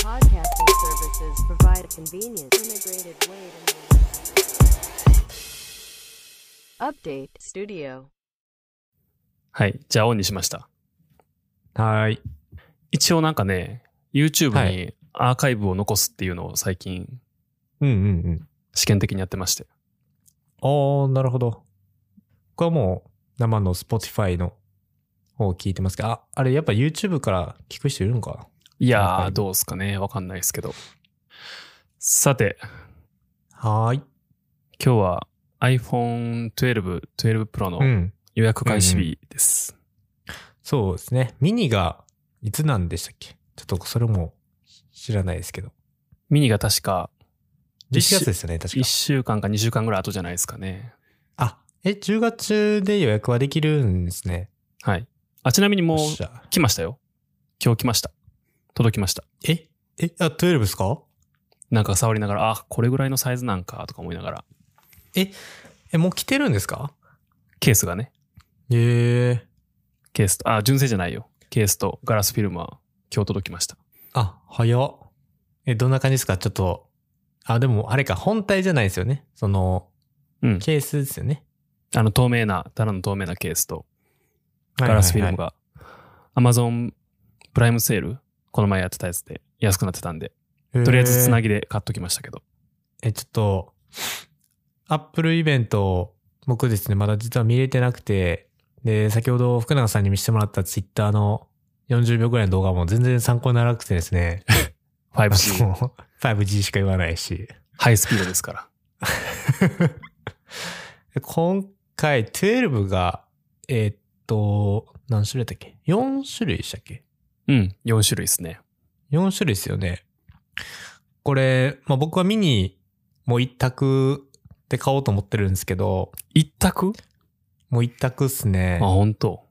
podcasting services provide a convenient, integrated way to update studio. はい。じゃあオンにしました。 はい。 一応なんかね、YouTube はにアーカイブを残すっていうのを最近、試験的にやってまして。 なるほど。僕はもう生の Spotify の方を聞いてますけど、あれやっぱ YouTube から聞く人いるのか？ いやー、どうすかね。わかんないですけど。さて。 はい。 今日は iPhone 12 Pro の予約開始日です。 そうですね。ミニがいつなんでしたっけ？ちょっとそれも知らないですけど。 ミニが確か 11月ですよね、確か。 1週間か2週間ぐらい後じゃないですかね。 10月で予約はできるんですね。 はい。ちなみにもう来ましたよ。今日来ました。届きました。 12ですか？ なんか触りながら、これぐらいのサイズなんかとか思いながら。 もう来てるんですか？ ケースがね。ケースと、純正じゃないよ。ケースとガラスフィルムは今日届きました。 早っ。どんな感じですか？ちょっと、でもあれか、本体じゃないですよね。ケースですよね。 ただの透明なケースと、ガラスフィルムが、Amazon プライムセール、この前やってたやつで安くなってたんで、とりあえずつなぎで買っときましたけど。 ちょっと、Apple イベント、僕ですね、まだ実は見れてなくて、で、先ほど福永さんに見せてもらった Twitter の40秒ぐらいの動画も全然参考にならなくてですね。 5G。 5G しか言わないし。 ハイスピードですから。 今回12が、何種類だっけ？ 4 種類でしたっけ ？4種類ですね。 4種類ですよね。これ、僕はミニも一択で買おうと思ってるんですけど。 一択？ もう一択っすね。 本当？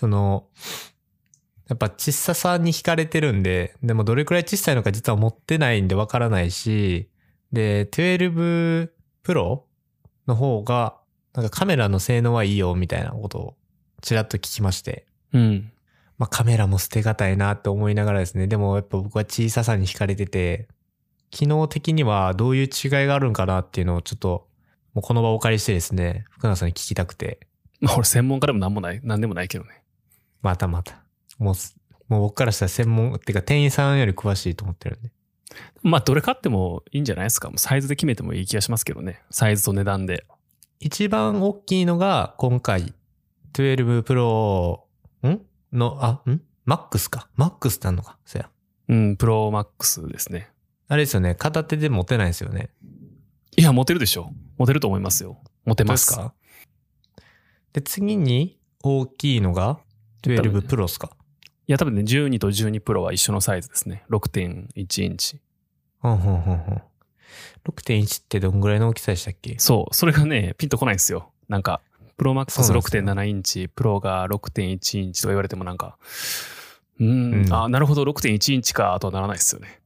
やっぱ小ささに惹かれてるんで、でもどれくらい小さいのか実は持ってないんでわからないし、で、12 Pro の方が、なんかカメラの性能はいいよみたいなことをちらっと聞きまして。カメラも捨てがたいなって思いながらですね、でもやっぱ僕は小ささに惹かれてて、機能的にはどういう違いがあるんかなっていうのをちょっと、もうこの場をお借りしてですね、福永さんに聞きたくて。 俺専門家でもなんでもないけどね。 また。もう僕からしたら専門、ってか店員さんより詳しいと思ってるんで。 どれ買ってもいいんじゃないですか。もうサイズで決めてもいい気がしますけどね。サイズと値段で。 一番大きいのが今回、12 Pro マックスか。マックスってあんのか。そうや。 プロマックスですね。 あれですよね。片手で持てないですよね。 いや、持てるでしょ。持てると思いますよ。持てます。 か？で、次に大きいのが12 Pro ですか？ いや、多分ね、12と12 Pro は一緒のサイズですね。6.1 インチ。 6.1 ってどんぐらいの大きさでしたっけ？ そう。それがね、ピンとこないんですよ。なんか、プロマックス 6.7 インチ、プロが 6.1 インチとか言われてもなんか、なるほど、6.1 インチか、とはならないですよね。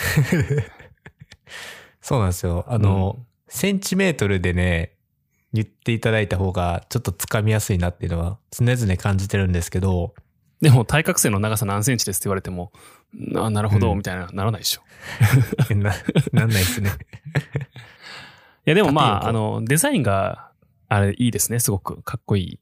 そうなんですよ。センチメートルでね、言っていただいた方がちょっとつかみやすいなっていうのは常々感じてるんですけど。 でも対角線の長さ何センチですって言われても、なるほど、みたいな、ならないでしょ。 なんないですね。 いやでもデザインが、あれいいですね。すごくかっこいい。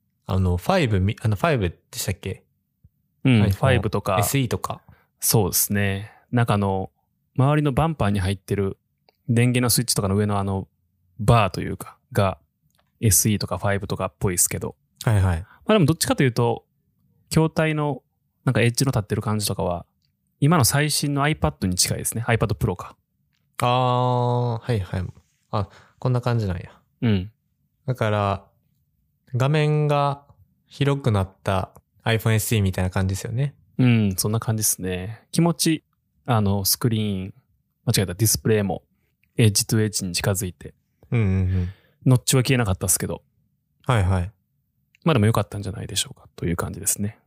5でしたっけ ？5とか。 SE とか。 そうですね。なんか周りのバンパーに入ってる電源のスイッチとかの上のバーというか、が SE とか5とかっぽいですけど。 はいはい。 でもどっちかというと、筐体のなんかエッジの立ってる感じとかは、今の最新の iPad に近いですね。iPad Pro か。 はいはい。こんな感じなんや。だから、画面が広くなった iPhone SE みたいな感じですよね。 そんな感じですね。気持ち、スクリーン、間違えた、ディスプレイもエッジとエッジに近づいて。ノッチは消えなかったですけど。 はいはい。 でも良かったんじゃないでしょうかという感じですね。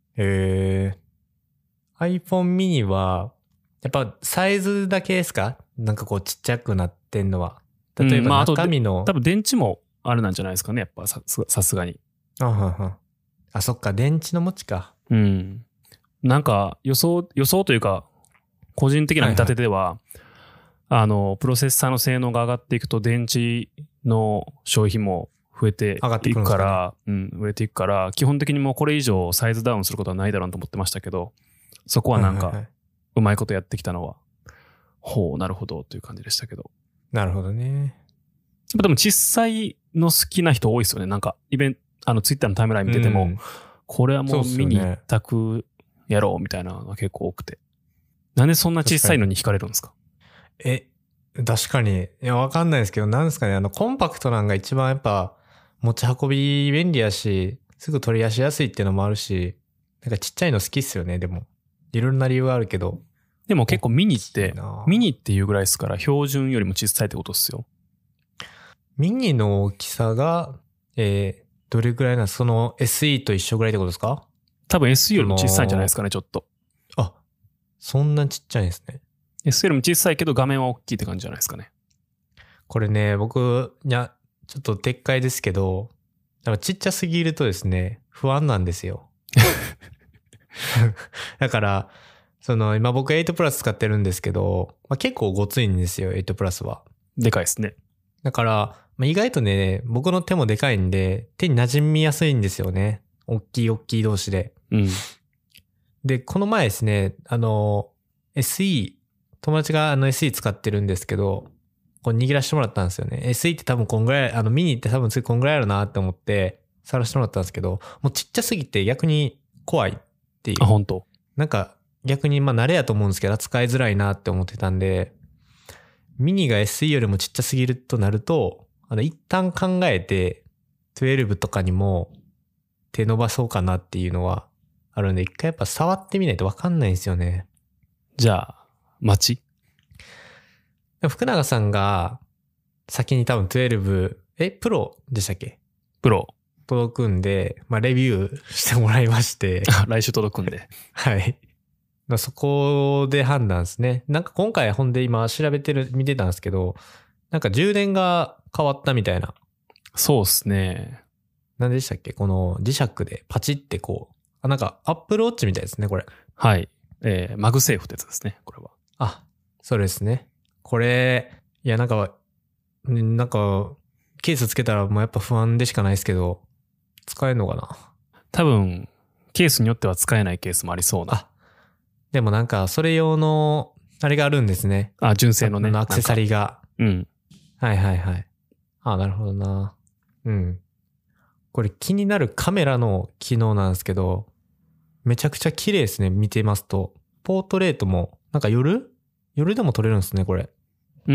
iPhone mini は、やっぱサイズだけですか？なんかこうちっちゃくなってんのは。例えば中身の、 多分電池もあれなんじゃないですかね。やっぱさすがに。 そっか、電池の持ちか。 なんか予想というか、 個人的な見立てでは、プロセッサーの性能が上がっていくと電池の消費も増えていくから、増えていくから、基本的にもうこれ以上サイズダウンすることはないだろうと思ってましたけど、そこはなんか、うまいことやってきたのは、ほう、なるほどという感じでしたけど。 なるほどね。 でも小さいの好きな人多いですよね。なんか、ツイッターのタイムライン見てても、これはもうミニ一択やろうみたいなのが結構多くて。なんでそんな小さいのに惹かれるんですか？ 確かに。いや、わかんないですけど、なんですかね。コンパクトなんが一番やっぱ、持ち運び便利やし、すぐ取り出しやすいっていうのもあるし、なんかちっちゃいの好きっすよね、でも。いろんな理由はあるけど。 でも結構ミニっていうぐらいですから、標準よりも小さいってことですよ。 ミニの大きさが、どれぐらいなんですか？その SE と一緒ぐらいってことですか？ 多分 SE よりも小さいんじゃないですかね、ちょっと。 あ、そんなちっちゃいんですね。 SE よりも小さいけど画面は大きいって感じじゃないですかね。 これね、僕、ちょっと撤回ですけど、ちっちゃすぎるとですね、不安なんですよ。だから、今僕8プラス使ってるんですけど、結構ごついんですよ、8プラスは。 でかいですね。 だから、意外とね、僕の手もでかいんで、手に馴染みやすいんですよね。大きい同士で。で、この前ですね、SE、友達がSE 使ってるんですけど、こう握らせてもらったんですよね。SE って多分こんぐらい、ミニって多分次こんぐらいあるなって思って、触らせてもらったんですけど、もうちっちゃすぎて逆に怖いっていう。 あ、本当。 なんか逆に慣れやと思うんですけど、扱いづらいなって思ってたんで、ミニが SE よりもちっちゃすぎるとなると、一旦考えて、12とかにも手伸ばそうかなっていうのはあるんで、一回やっぱ触ってみないとわかんないんですよね。 じゃあ、 福永さんが先に多分12、プロでしたっけ？ プロ。 届くんで、レビューしてもらいまして。 来週届くんで。 はい。そこで判断ですね。なんか今回ほんで今見てたんですけど、なんか充電が変わったみたいな。 そうっすね。 何でしたっけ？この磁石でパチってこう。なんかアップルウォッチみたいですね、これ。 はい。マグセーフってやつですね、これは。 あ、それですね。これ、いやなんか、ケースつけたらもうやっぱ不安でしかないですけど、使えるのかな？ 多分、ケースによっては使えないケースもありそうな。 あ、でもなんか、それ用の、あれがあるんですね。 あ、純正のね。 アクセサリーが。はいはいはい。なるほどな。これ気になるカメラの機能なんですけど、めちゃくちゃ綺麗ですね、見てますと。ポートレートも、なんか夜でも撮れるんですね、これ。 チ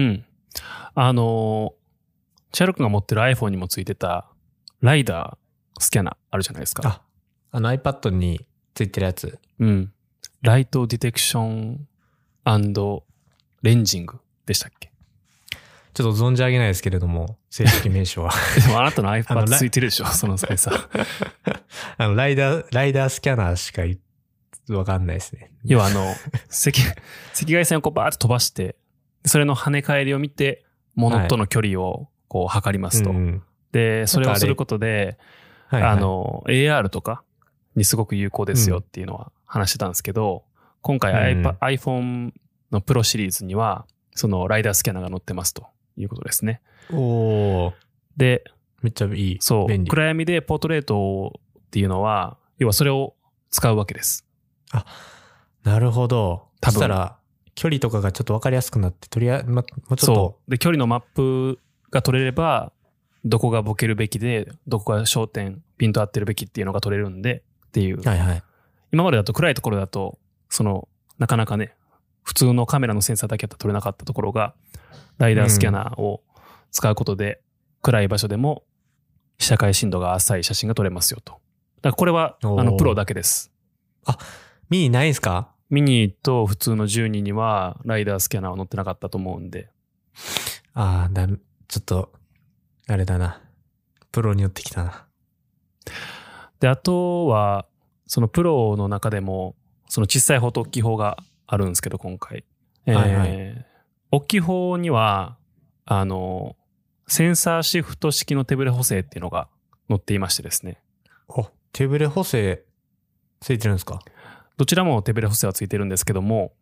ャル君が持ってる iPhone にもついてた、ライダースキャナーあるじゃないですか。 iPad についてるやつ。 ライトディテクション&レンジングでしたっけ？ ちょっと存じ上げないですけれども、正式名称は。 でもあなたの iPad ついてるでしょ、そのセンサー。 ライダースキャナーしかわかんないですね。 要は赤外線をこうバーッと飛ばして、それの跳ね返りを見て、物との距離をこう測りますと。で、それをすることで、AR とかにすごく有効ですよっていうのは話してたんですけど、今回iPhone のプロシリーズには、そのライダースキャナーが載ってますということですね。で、 めっちゃいい。 そう。 便利。 暗闇でポートレートっていうのは、要はそれを使うわけです。 あ、なるほど。そしたら、距離とかがちょっと分かりやすくなって、もうちょっと。 そう。で、距離のマップが取れれば、どこがボケるべきで、どこが焦点、ピント合ってるべきっていうのが取れるんで、っていう。今までだと暗いところだと、なかなかね、普通のカメラのセンサーだけだと撮れなかったところが、ライダースキャナーを使うことで、暗い場所でも被写界深度が浅い写真が撮れますよと。だからこれは、プロだけです。 ミニないんすか？ ミニと普通の12には、ライダースキャナーは載ってなかったと思うんで。 ちょっと、あれだな。プロによってきたな。 で、あとは、そのプロの中でも、その小さい方と大きい方があるんですけど、今回。大きい方には、センサーシフト式の手ブレ補正っていうのが載っていましてですね。 手ブレ補正ついてるんですか？ どちらも手ブレ補正はついてるんですけども、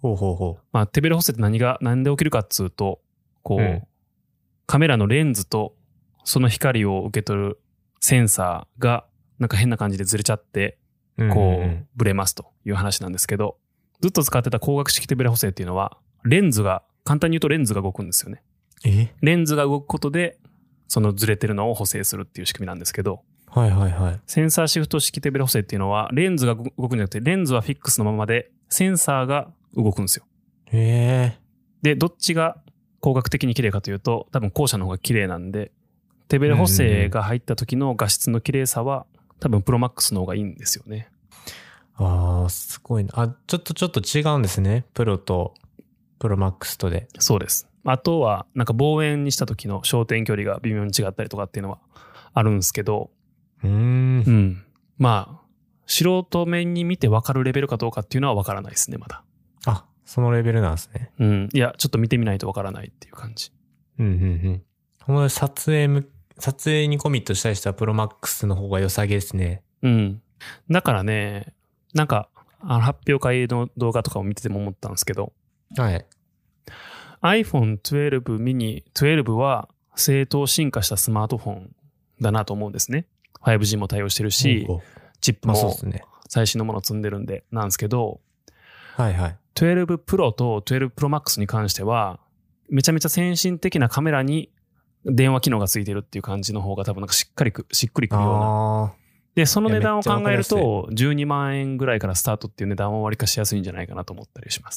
ほうほうほう。 まあ、手ブレ補正ってなんで起きるかっつうと、こう、カメラのレンズとその光を受け取るセンサーがなんか変な感じでずれちゃって、こう、ブレますという話なんですけど、ずっと使ってた光学式手ブレ補正っていうのは、簡単に言うとレンズが動くんですよね。レンズが動くことで、そのずれてるのを補正するっていう仕組みなんですけど、 はいはいはい。 センサーシフト式手ブレ補正っていうのは、レンズが動くんじゃなくて、レンズはフィックスのままで、センサーが動くんですよ。で、どっちが光学的に綺麗かというと、多分後者の方が綺麗なんで、手ブレ補正が入った時の画質の綺麗さは、多分プロマックスの方がいいんですよね。 ああ、すごいな。ちょっと違うんですね。プロとプロマックスとで。 そうです。あとは、なんか望遠にした時の焦点距離が微妙に違ったりとかっていうのはあるんですけど、まあ、素人目に見て分かるレベルかどうかっていうのは分からないですね、まだ。 あ、そのレベルなんですね。 いや、ちょっと見てみないと分からないっていう感じ。 撮影にコミットしたりしたらプロマックスの方が良さげですね。 だからね、なんか、発表会の動画とかを見てても思ったんですけど、 はい。 iPhone 12 mini 12は正当進化したスマートフォンだなと思うんですね。5G も対応してるし、チップも最新のものを積んでるんでなんですけど、12 Pro と12 Pro Max に関しては、めちゃめちゃ先進的なカメラに電話機能がついてるっていう感じの方が多分なんかしっくりくるような。で、その値段を考えると、12万円ぐらいからスタートっていう値段は割りかしやすいんじゃないかなと思ったりします。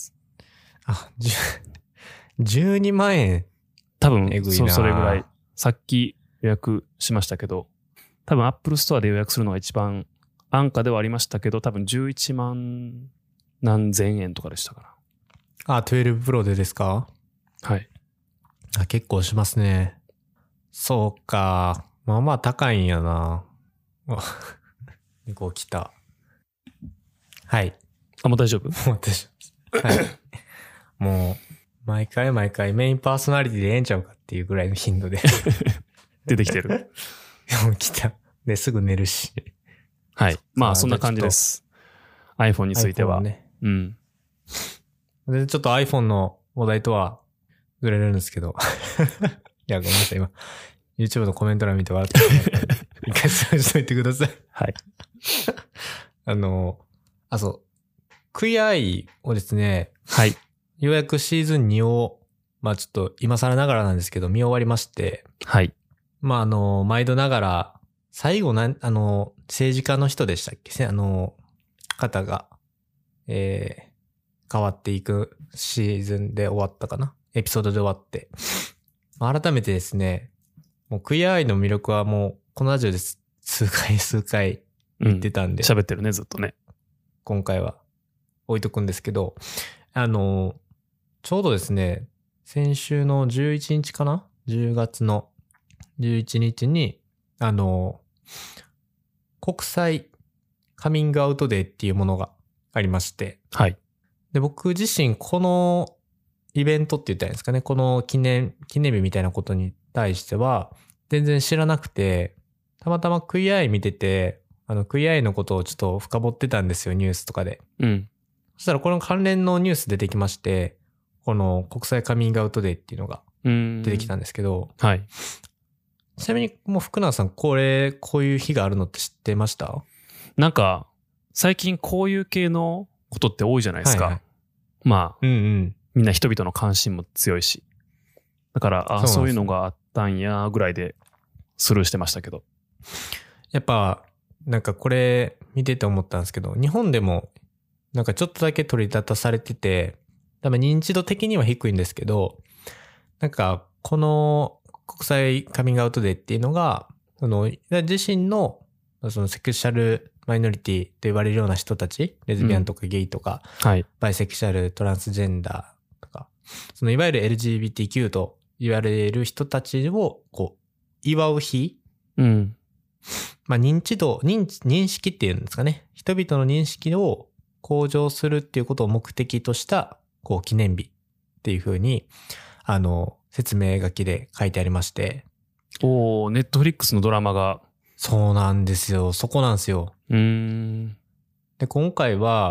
12万円多分それぐらい。さっき予約しましたけど、多分 Apple Store で予約するのが一番安価ではありましたけど、多分11万何千円とかでしたから。 12 Pro でですか？ はい。 結構しますね。そうか。まあまあ高いんやな。こう来た。はい。 もう大丈夫？ もう大丈夫。はい。もう、毎回メインパーソナリティでええんちゃうかっていうぐらいの頻度で。 出てきてる。 もう来た。で、すぐ寝るし。 はい。まあそんな感じです。iPhone については。 で、ちょっと iPhone の話題とはずれるんですけど。いや、ごめんなさい。今、YouTube のコメント欄見て笑って一回スルーしといてください。 はい。 そう。クイアアイをですね、 はい。 ようやくシーズン2を、まあちょっと今更ながらなんですけど、見終わりまして、 はい。 まあ毎度ながら、最後政治家の人でしたっけ？方が、変わっていくシーズンで終わったかな？エピソードで終わって。改めてですね、もうクイアアイの魅力はもう、このラジオで数回言ってたんで。 喋ってるね、ずっとね。 今回は置いとくんですけど、ちょうどですね、先週の11日かな ?10 月の11日に、国際カミングアウトデーっていうものがありまして。 はい。 で、僕自身このイベントって言ったらいいんですかね、この記念日みたいなことに対しては、全然知らなくて、たまたまクイアアイ見てて、クイアアイのことをちょっと深掘ってたんですよ、ニュースとかで。そしたらこの関連のニュース出てきまして、この国際カミングアウトデーっていうのが出てきたんですけど、 はい。 ちなみにもう福永さん、こういう日があるのって知ってました？ なんか、最近こういう系のことって多いじゃないですか。はいはい、まあ、みんな人々の関心も強いし。だから、そういうのがあったんや、ぐらいでスルーしてましたけど。 やっぱ、なんかこれ見てて思ったんですけど、日本でもなんかちょっとだけ取り立たされてて、多分認知度的には低いんですけど、なんかこの国際カミングアウトデーっていうのが、自身のそのセクシャルマイノリティと言われるような人たち、レズビアンとかゲイとか、 はい、 バイセクシャル、トランスジェンダーとか、そのいわゆる LGBTQ と言われる人たちをこう祝う日、まあ認識っていうんですかね。人々の認識を向上するっていうことを目的としたこう記念日っていう風に説明書きで書いてありまして。 ネットフリックスのドラマが。 そうなんですよ。そこなんですよ。で、今回は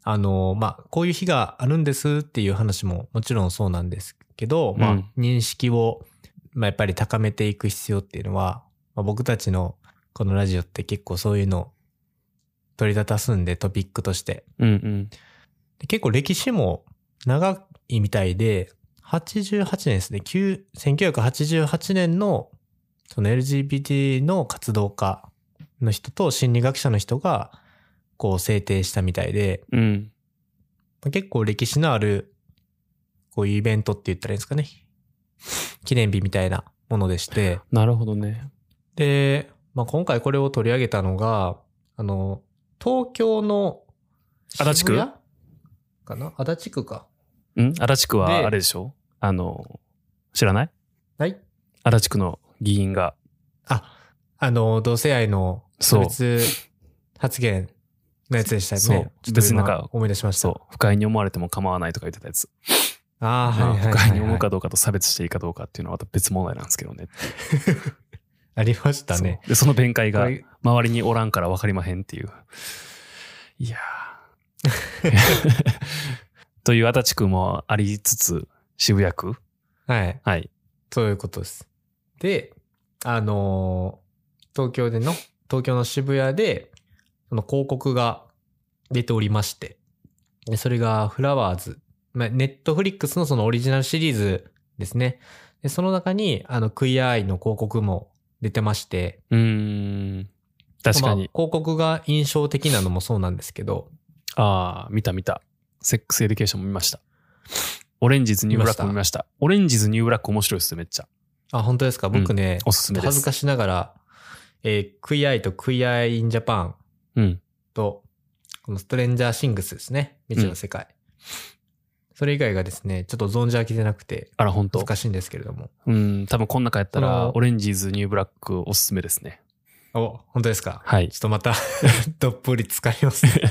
こういう日があるんですっていう話ももちろんそうなんですけど、認識を、やっぱり高めていく必要っていうのは、僕たちのこのラジオって結構そういうのを取り立たすんで、トピックとして。で結構歴史も長いみたいで、88年ですね。1988年のその LGBT の活動家の人と心理学者の人がこう制定したみたいで、結構歴史のあるこういうイベントって言ったらいいんですかね。記念日みたいなものでして。 なるほどね。 で、今回これを取り上げたのが、東京の足立区かな？足立区か。 足立区はあれでしょ？知らない？ はい。 足立区の議員が。 同性愛の差別発言のやつでしたよね。 そう。別になんか思い出しました。 そう。不快に思われても構わないとか言ってたやつ。不快に思うかどうかと差別していいかどうかっていうのはまた別問題なんですけどね。 ありましたね。 で、その弁解が周りにおらんから分かりまへんっていう。いやー。という足立区もありつつ、渋谷区？ はい。 はい。 そういうことです。で、東京の渋谷で、その広告が出ておりまして、でそれがフラワーズ。ネットフリックスのそのオリジナルシリーズですね。でその中に、クイアアイの広告も出てまして。 確かに。 広告が印象的なのもそうなんですけど。 見た。セックスエデュケーションも見ました。オレンジズニューブラックも見ました。オレンジズニューブラック面白いですめっちゃ。 本当ですか？僕ね、 おすすめです。 恥ずかしながら、クイアアイとクイアアイインジャパンと、このストレンジャーシングスですね。未知の世界。それ以外がですね、ちょっと存じ上げてなくて、難しいんですけれども。 多分この中やったら、オレンジズニューブラックおすすめですね。 本当ですか？ はい。 ちょっとまた、どっぷり使いますね。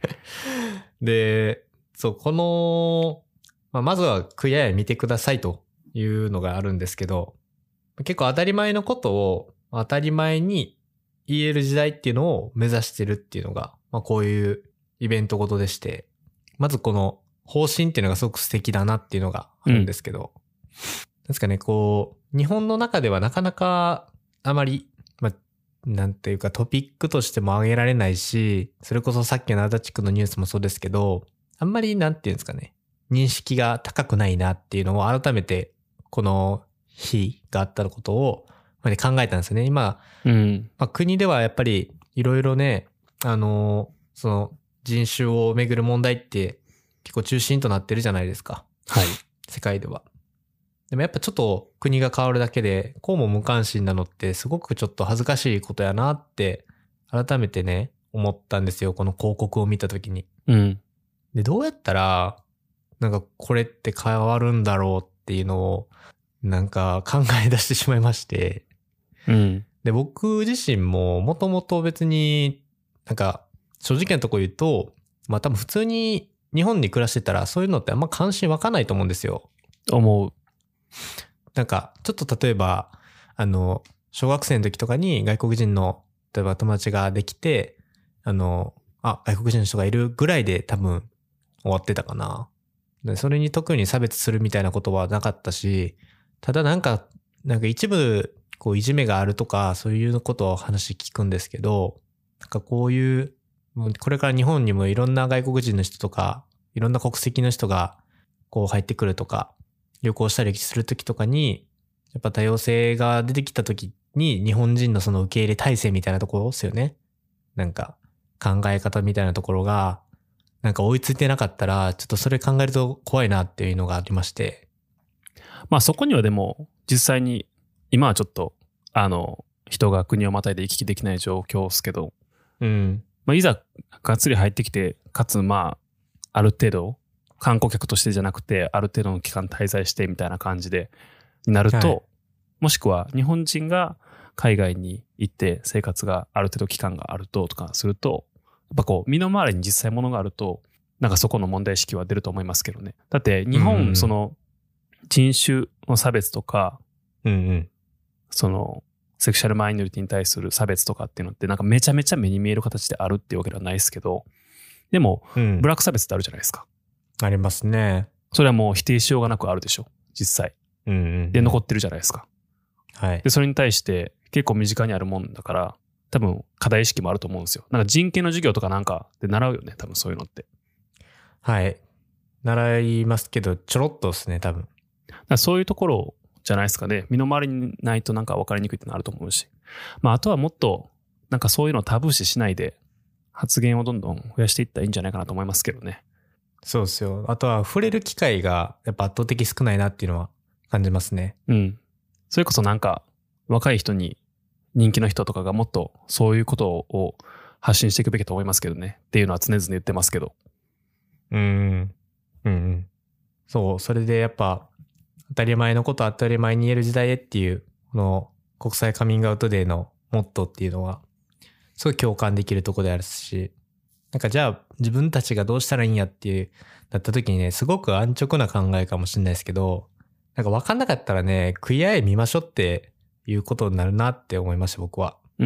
で、そう、この、まずはクイアアイ見てくださいというのがあるんですけど、結構当たり前のことを当たり前に言える時代っていうのを目指してるっていうのが、こういうイベントごとでして、まずこの方針っていうのがすごく素敵だなっていうのがあるんですけど、ですかね、こう、日本の中ではなかなかあまり、なんていうかトピックとしても挙げられないし、それこそさっきの足立区のニュースもそうですけど、あんまりなんていうんですかね、認識が高くないなっていうのを改めてこの日があったことを考えたんですよね。今、国ではやっぱりいろいろね、その人種をめぐる問題って結構中心となってるじゃないですか。 はい。 世界では。でもやっぱちょっと国が変わるだけで、こうも無関心なのってすごくちょっと恥ずかしいことやなって改めてね、思ったんですよ。この広告を見たときに。で、どうやったら、なんかこれって変わるんだろうっていうのを、なんか考え出してしまいまして。で、僕自身ももともと別になんか正直なとこ言うと、多分普通に日本に暮らしてたらそういうのってあんま関心湧かないと思うんですよ。 思う。 なんかちょっと例えば、小学生の時とかに外国人の例えば友達ができて、外国人の人がいるぐらいで多分終わってたかな。でそれに特に差別するみたいなことはなかったし、ただなんか一部こういじめがあるとかそういうことを話聞くんですけど、なんかこういうこれから日本にもいろんな外国人の人とかいろんな国籍の人がこう入ってくるとか旅行したりするときとかにやっぱ多様性が出てきたときに日本人のその受け入れ体制みたいなところですよね。なんか考え方みたいなところがなんか追いついてなかったらちょっとそれ考えると怖いなっていうのがありまして。 そこにはでも実際に今はちょっと人が国をまたいで行き来できない状況ですけど、いざがっつり入ってきてかつある程度観光客としてじゃなくてある程度の期間滞在してみたいな感じでなると、もしくは日本人が海外に行って生活がある程度期間があるとかすると、やっぱこう身の回りに実際物があるとなんかそこの問題意識は出ると思いますけどね。だって日本、その人種の差別とか、そのセクシャルマイノリティに対する差別とかっていうのってなんかめちゃめちゃ目に見える形であるっていうわけではないですけど、 でも、ブラック差別ってあるじゃないですか。 ありますね。 それはもう否定しようがなくあるでしょ、実際。で、残ってるじゃないですか。 はい。 で、それに対して結構身近にあるもんだから、多分課題意識もあると思うんですよ。なんか人権の授業とかなんかで習うよね、多分そういうのって。 はい。習いますけど、ちょろっとですね、多分。 だからそういうところじゃないですかね。身の回りにないとなんか分かりにくいってのあると思うし。まあ、あとはもっと、なんかそういうのをタブー視しないで、発言をどんどん増やしていったらいいんじゃないかなと思いますけどね。 そうですよ。あとは触れる機会がやっぱ圧倒的少ないなっていうのは感じますね。 うん。それこそなんか、若い人に、人気の人とかがもっとそういうことを発信していくべきだと思いますけどね。っていうのは常々言ってますけど。 そう、それでやっぱ当たり前のこと当たり前に言える時代へっていう、この国際カミングアウトデーのモットーっていうのは、すごい共感できるところであるし、なんかじゃあ自分たちがどうしたらいいんやっていう、なった時にね、すごく安直な考えかもしれないですけど、なんか分かんなかったらね、クイアへ見ましょうっていうことになるなって思いました、僕は。 うん。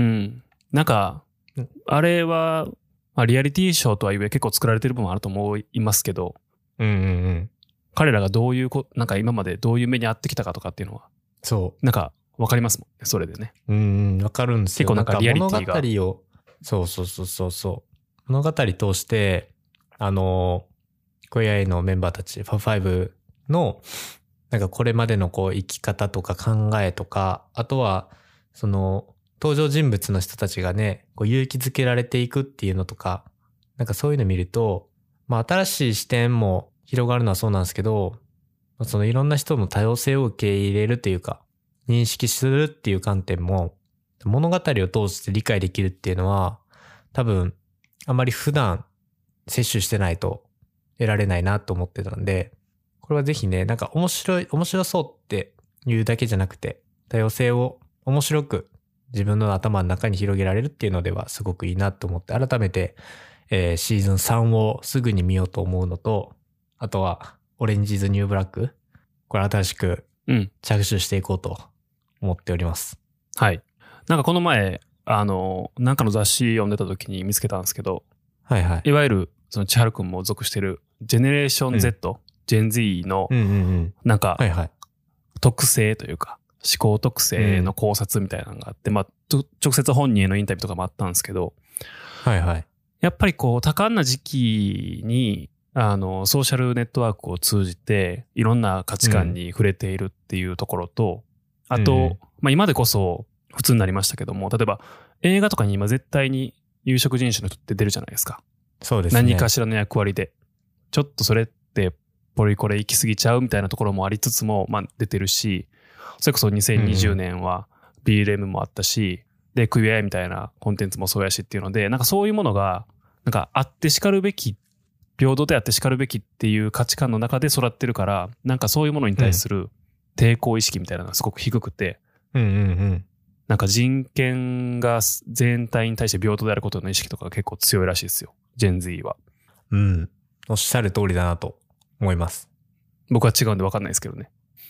なんか、あれは、まあ、リアリティショーとはいえ結構作られてる部分あると思いますけど、彼らがどういうなんか今までどういう目に遭ってきたかとかっていうのは、 そう。 なんか分かりますもんね、それでね。 分かるんですよ。 結構なんかリアリティが。 物語を、そう。物語通して、クイアへのメンバーたち、ファ5の、なんかこれまでのこう生き方とか考えとか、あとは、その、登場人物の人たちがね、こう勇気づけられていくっていうのとか、なんかそういうの見ると、まあ新しい視点も広がるのはそうなんですけど、そのいろんな人の多様性を受け入れるというか、認識するっていう観点も、物語を通して理解できるっていうのは、多分、あまり普段摂取してないと得られないなと思ってたんで、これはぜひね、なんか面白そうっていうだけじゃなくて、多様性を面白く自分の頭の中に広げられるっていうのではすごくいいなと思って、改めて、シーズン3をすぐに見ようと思うのと、あとは、オレンジーズニューブラック、これ新しく着手していこうと思っております。 はい。なんかこの前、なんかの雑誌読んでた時に見つけたんですけど、 はいはい。 いわゆる、その千春くんも属してる、ジェネレーション Z、ジェン Z の、なんか、特性というか、思考特性の考察みたいなのがあって、まあ、直接本人へのインタビューとかもあったんですけど、やっぱりこう、多感な時期に、ソーシャルネットワークを通じて、いろんな価値観に触れているっていうところと、あと、まあ今でこそ普通になりましたけども、例えば映画とかに今絶対に有色人種の人って出るじゃないですか。 そうですね。 何かしらの役割で。ちょっとそれってポリコレ行き過ぎちゃうみたいなところもありつつも、まあ出てるし、それこそ2020年は BLM もあったし、で、クイアみたいなコンテンツもそうやしっていうので、なんかそういうものが、なんかあって叱るべき、平等であって叱るべきっていう価値観の中で育ってるから、なんかそういうものに対する抵抗意識みたいなのがすごく低くて、なんか人権が全体に対して平等であることの意識とかが結構強いらしいですよ。ジェン Z は。 おっしゃる通りだなと思います。 僕は違うんで分かんないですけどね。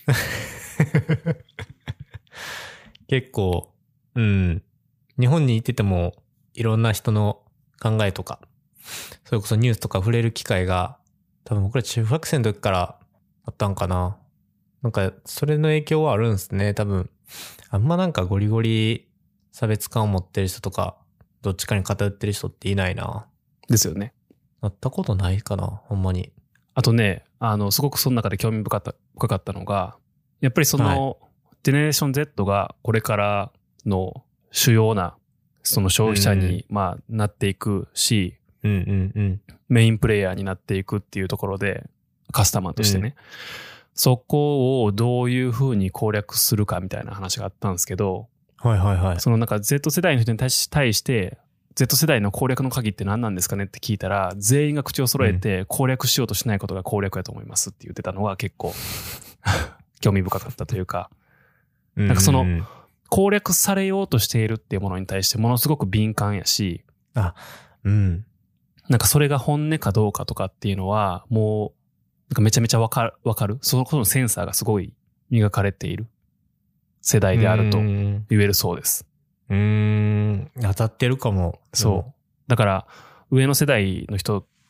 結構、日本にいててもいろんな人の考えとか、それこそニュースとか触れる機会が多分僕ら中学生の時からあったんかな。なんかそれの影響はあるんですね。多分あんまなんかゴリゴリ差別感を持ってる人とかどっちかに偏ってる人っていないな。 ですよね。 なったことないかな、ほんまに。 あとね、すごくその中で興味深かったのが、やっぱりその、ジェネレーション Z がこれからの主要なその消費者にまあなっていくし、メインプレイヤーになっていくっていうところで、カスタマーとしてね、そこをどういうふうに攻略するかみたいな話があったんですけど、そのなんか Z 世代の人に対して、Z 世代の攻略の鍵って何なんですかねって聞いたら、全員が口を揃えて攻略しようとしないことが攻略やと思いますって言ってたのが結構興味深かったというか、なんかその攻略されようとしているっていうものに対してものすごく敏感やし、なんかそれが本音かどうかとかっていうのはもうなんかめちゃめちゃわかる。そのことのセンサーがすごい磨かれている世代であると言えるそうです。 当たってるかも。 そう。だから上の世代の人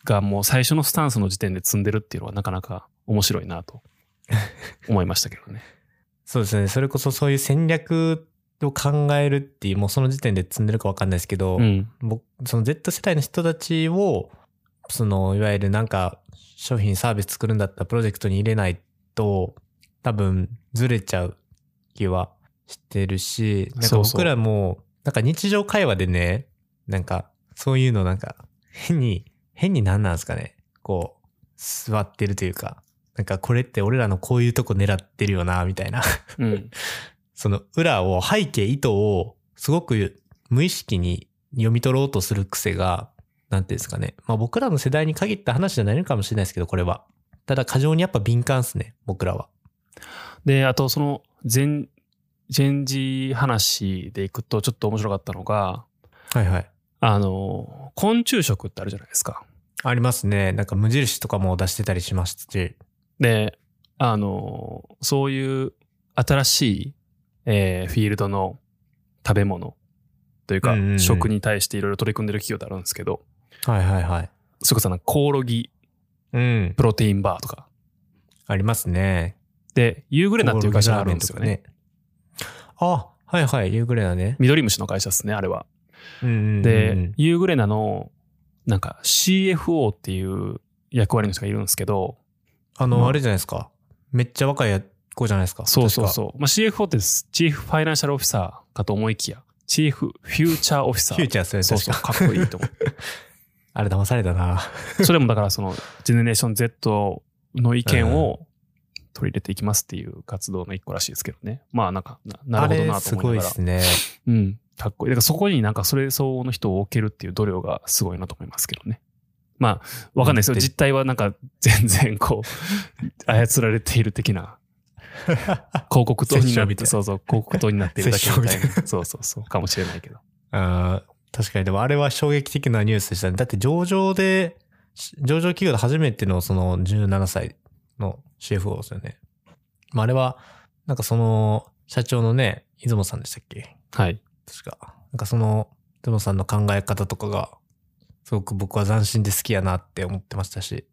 がもう最初のスタンスの時点で積んでるっていうのはなかなか面白いなと思いましたけどね。 そうですね。それこそそういう戦略を考えるっていう、もうその時点で積んでるか分かんないですけど、その Z 世代の人たちを、そのいわゆるなんか商品サービス作るんだったらプロジェクトに入れないと多分ずれちゃう気はしてるし、なんか僕らもなんか日常会話でね、なんかそういうのなんか変に何なんですかね、こう座ってるというか、なんかこれって俺らのこういうとこ狙ってるよなみたいな、その裏を背景意図をすごく無意識に読み取ろうとする癖が、なんていうんですかね、まあ僕らの世代に限った話じゃないのかもしれないですけど、これはただ過剰にやっぱ敏感っすね、僕らは。 で、あとそのジェンジ話でいくとちょっと面白かったのが、 はいはい、 昆虫食ってあるじゃないですか。 ありますね。なんか無印とかも出してたりしますし。 で、そういう新しい、フィールドの食べ物というか、食に対していろいろ取り組んでる企業ってあるんですけど、 はいはいはい。 それこそコオロギ、プロテインバーとか。 ありますね。 で、ユーグレナっていう会社があるんですよね。 あ、はいはい、ユーグレナね。 緑虫の会社ですね、あれは。で、ユーグレナの、なんか CFO っていう役割の人がいるんですけど、 あれじゃないですか。めっちゃ若い子じゃないですか。 そうそうそう。まあ、CFO ってチーフファイナンシャルオフィサーかと思いきや、チーフフューチャーオフィサー。 フューチャーですね、 そうそう、かっこいいと思って。 あれ騙されたな。 それもだからその、ジェネレーション Z の意見を取り入れていきますっていう活動の一個らしいですけどね。まあなんか、なるほどなと思いながら。 すごいですね。 かっこいい。だからそこになんかそれ相応の人を置けるっていう度量がすごいなと思いますけどね。まあ、わかんないですよ。実態はなんか全然こう、操られている的な。広告塔になって、そうそう、広告塔になっているだけみたいな。そうそうそう、かもしれないけど。 確かに、でもあれは衝撃的なニュースでしたね。だって上場企業で初めてのその17歳の CFO ですよね。まああれは、なんかその社長のね、出雲さんでしたっけ？ はい。 確か。なんかその、出雲さんの考え方とかが、すごく僕は斬新で好きやなって思ってましたし。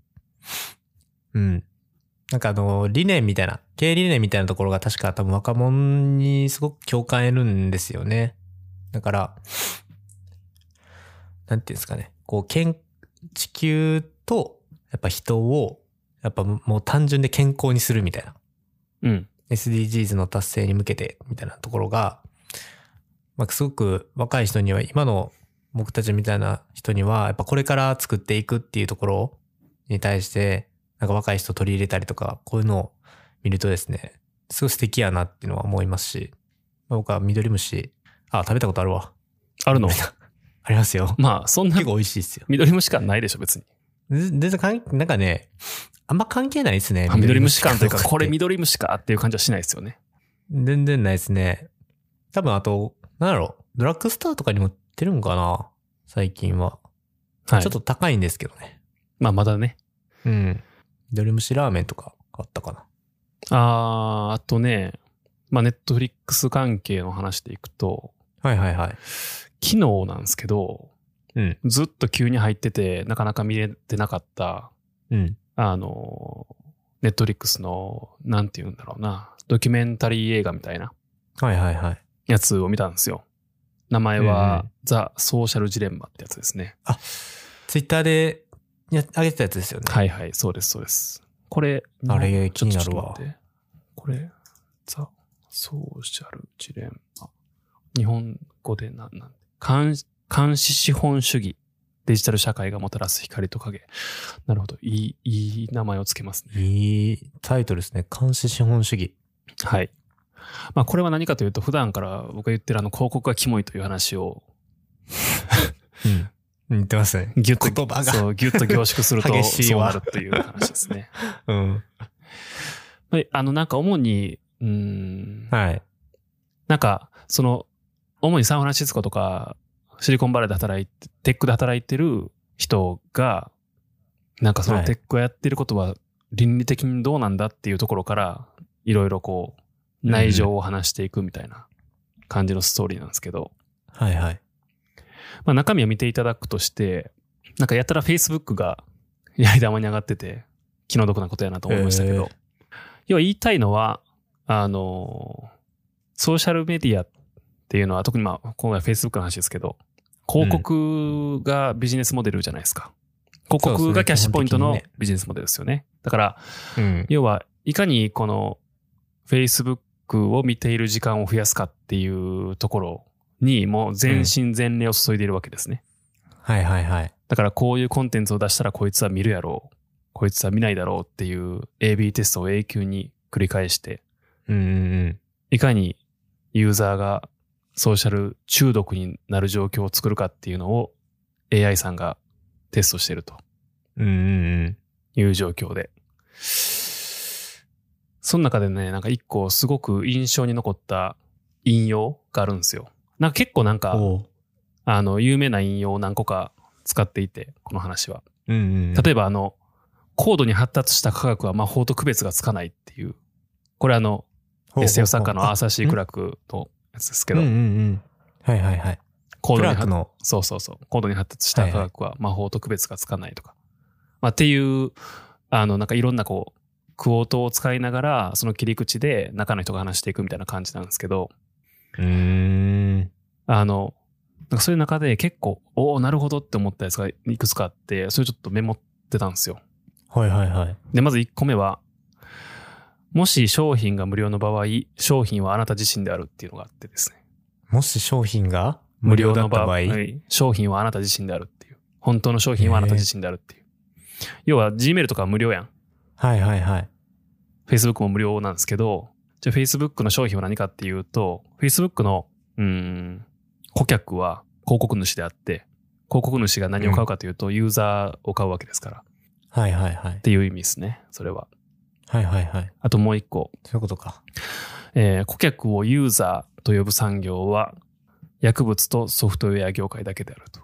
なんか理念みたいな、経営理念みたいなところが確か多分若者にすごく共感得るんですよね。だから、なんていうんですかね。こう、地球と、やっぱ人を、やっぱもう単純で健康にするみたいな。SDGs の達成に向けて、みたいなところが、まあ、すごく若い人には、今の僕たちみたいな人には、やっぱこれから作っていくっていうところに対して、なんか若い人取り入れたりとか、こういうのを見るとですね、すごい素敵やなっていうのは思いますし、僕は緑虫、食べたことあるわ。 あるの？ ありますよ。 まあ、そんな。 結構美味しいですよ。 緑虫感ないでしょ、別に。 全然なんかね、あんま関係ないですね。 緑虫感というか、これ緑虫かっていう感じはしないですよね。 全然ないですね。多分あと、なんだろう、ドラッグストアとかにも売ってるんかな、最近は。ちょっと高いんですけどね。 まあ、まだね。 緑虫ラーメンとかあったかな。 あとね、まあ、ネットフリックス関係の話でいくと、 はいはいはい。 昨日なんですけど、ずっと急に入ってて、なかなか見れてなかった、ネットフリックスの、なんて言うんだろうな、ドキュメンタリー映画みたいな、やつを見たんですよ。名前は、ザ・ソーシャルジレンマってやつですね。 ツイッターで上げてたやつですよね。 はいはい、そうです、そうです。これ、 あれ気になるわ。 これ、ザ・ソーシャルジレンマ。日本語で監視資本主義。デジタル社会がもたらす光と影。なるほど。いい名前をつけますね。 いいタイトルですね。監視資本主義。 はい。まあこれは何かというと、普段から僕が言ってる広告がキモいという話を言ってますね。 ギュッと凝縮するとそうなるっていう話ですね。なんか主に、 はい。 なんか主にサンフランシスコとかシリコンバレーでテックで働いてる人が、なんかそのテックをやってることは倫理的にどうなんだっていうところから、いろいろこう、内情を話していくみたいな感じのストーリーなんですけど。 はいはい。 まあ中身を見ていただくとして、なんかやったら Facebook がやり玉に上がってて、気の毒なことやなと思いましたけど、要は言いたいのは、ソーシャルメディアっていうのは、特に今回 Facebook の話ですけど、広告がビジネスモデルじゃないですか。広告がキャッシュポイントのビジネスモデルですよね。だから、要はいかにこの Facebook を見ている時間を増やすかっていうところにもう全身全霊を注いでいるわけですね。 はいはいはい。 だからこういうコンテンツを出したらこいつは見るやろう。こいつは見ないだろうっていう AB テストを永久に繰り返して、いかにユーザーがソーシャル中毒になる状況を作るかっていうのを AI さんがテストしてるという状況で、その中でね、なんか一個すごく印象に残った引用があるんですよ。なんか結構なんか有名な引用を何個か使っていて、この話は、例えば高度に発達した科学は魔法と区別がつかないっていう、これSF 作家のアーサー・C・クラークのやつですけど、 はいはいはい。 高度に発達した科学は魔法と区別がつかないとか、っていうなんかいろんなこうクォートを使いながらその切り口で中の人が話していくみたいな感じなんですけど、なんかそういう中で結構なるほどって思ったやつがいくつかあって、それちょっとメモってたんですよ。 はいはいはい。 でまず1個目は、もし商品が無料の場合、商品はあなた自身であるっていうのがあってですね。 もし商品が無料だった場合、 商品はあなた自身であるっていう。本当の商品はあなた自身であるっていう。要は Gmail とかは無料やん。 はいはいはい。 Facebook も無料なんですけど、じゃあ Facebook の商品は何かっていうと、Facebook の顧客は広告主であって、広告主が何を買うかというと、ユーザーを買うわけですから。 はいはいはい。 っていう意味ですね、それは。 はいはいはい。 あともう一個。 そういうことか。 顧客をユーザーと呼ぶ産業は薬物とソフトウェア業界だけであると。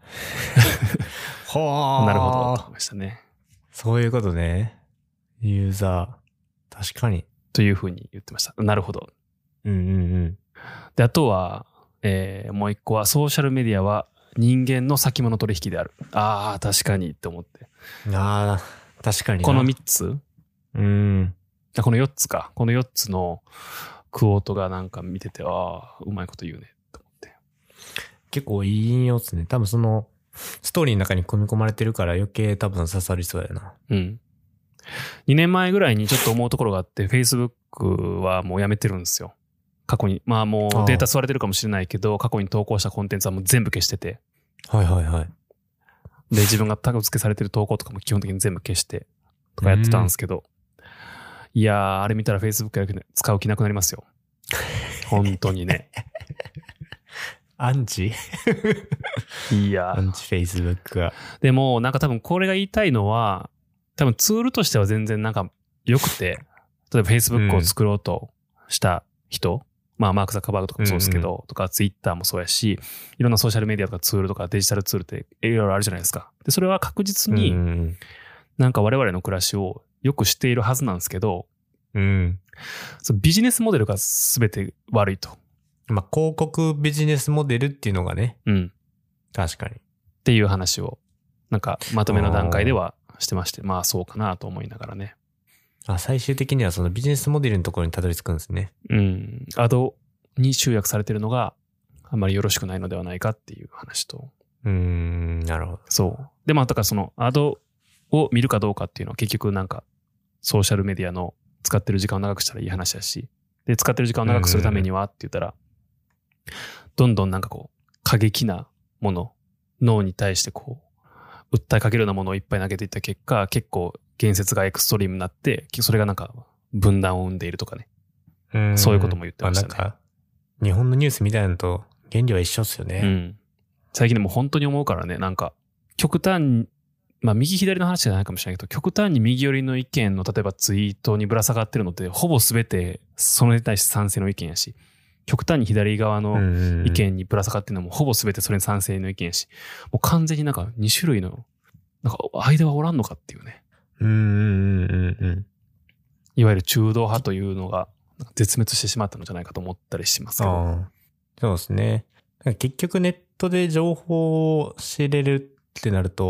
なるほどと思いましたね。 そういうことね。ユーザー。確かに。 というふうに言ってました。なるほど。で、あとは、もう一個はソーシャルメディアは人間の先物取引である。確かにって思って。 確かに。 この3つこの4つか。この4つのクオートがなんか見てて、うまいこと言うねと思って。 結構いい引用っすね。多分そのストーリーの中に組み込まれてるから余計多分刺さりそうやな。 2年前ぐらいにちょっと思うところがあって、Facebook はもうやめてるんですよ。過去に。もうデータ吸われてるかもしれないけど、過去に投稿したコンテンツはもう全部消してて。 はいはいはい。 で、自分がタグ付けされてる投稿とかも基本的に全部消して、とかやってたんですけど。いやー、あれ見たら Facebook 使う気なくなりますよ。本当にね。 アンチいやー。 アンチ Facebook は。 でも、なんか多分これが言いたいのは、多分ツールとしては全然なんか良くて、例えば Facebook を作ろうとした人、マーク・ザッカーバーグとかもそうですけど、とか Twitter もそうやし、いろんなソーシャルメディアとかツールとかデジタルツールっていろいろあるじゃないですか。で、それは確実になんか我々の暮らしをよく知っているはずなんですけど、ビジネスモデルが全て悪いと。 広告ビジネスモデルっていうのがね。確かに。 っていう話を、なんかまとめの段階ではしてまして、そうかなと思いながらね。 最終的にはそのビジネスモデルのところにたどり着くんですね。 アドに集約されてるのがあんまりよろしくないのではないかっていう話と。 なるほど。 そう。で、だからそのアドを見るかどうかっていうのは結局なんかソーシャルメディアの使ってる時間を長くしたらいい話だし、で、使ってる時間を長くするためにはって言ったら、どんどんなんかこう過激なもの、脳に対してこう訴えかけるようなものをいっぱい投げていった結果、結構言説がエクストリームになって、それがなんか分断を生んでいるとかね。そういうことも言ってましたね。 なんか日本のニュースみたいなのと原理は一緒っすよね。 最近でも本当に思うからね、なんか極端に、右左の話じゃないかもしれないけど、極端に右寄りの意見の例えばツイートにぶら下がってるのってほぼ全てそれに対して賛成の意見やし、極端に左側の意見にぶら下がってるのもほぼ全てそれに賛成の意見やし、もう完全になんか2種類のなんか間はおらんのかっていうね。いわゆる中道派というのが絶滅してしまったのじゃないかと思ったりしますけど。 そうですね。結局ネットで情報を知れるってなると、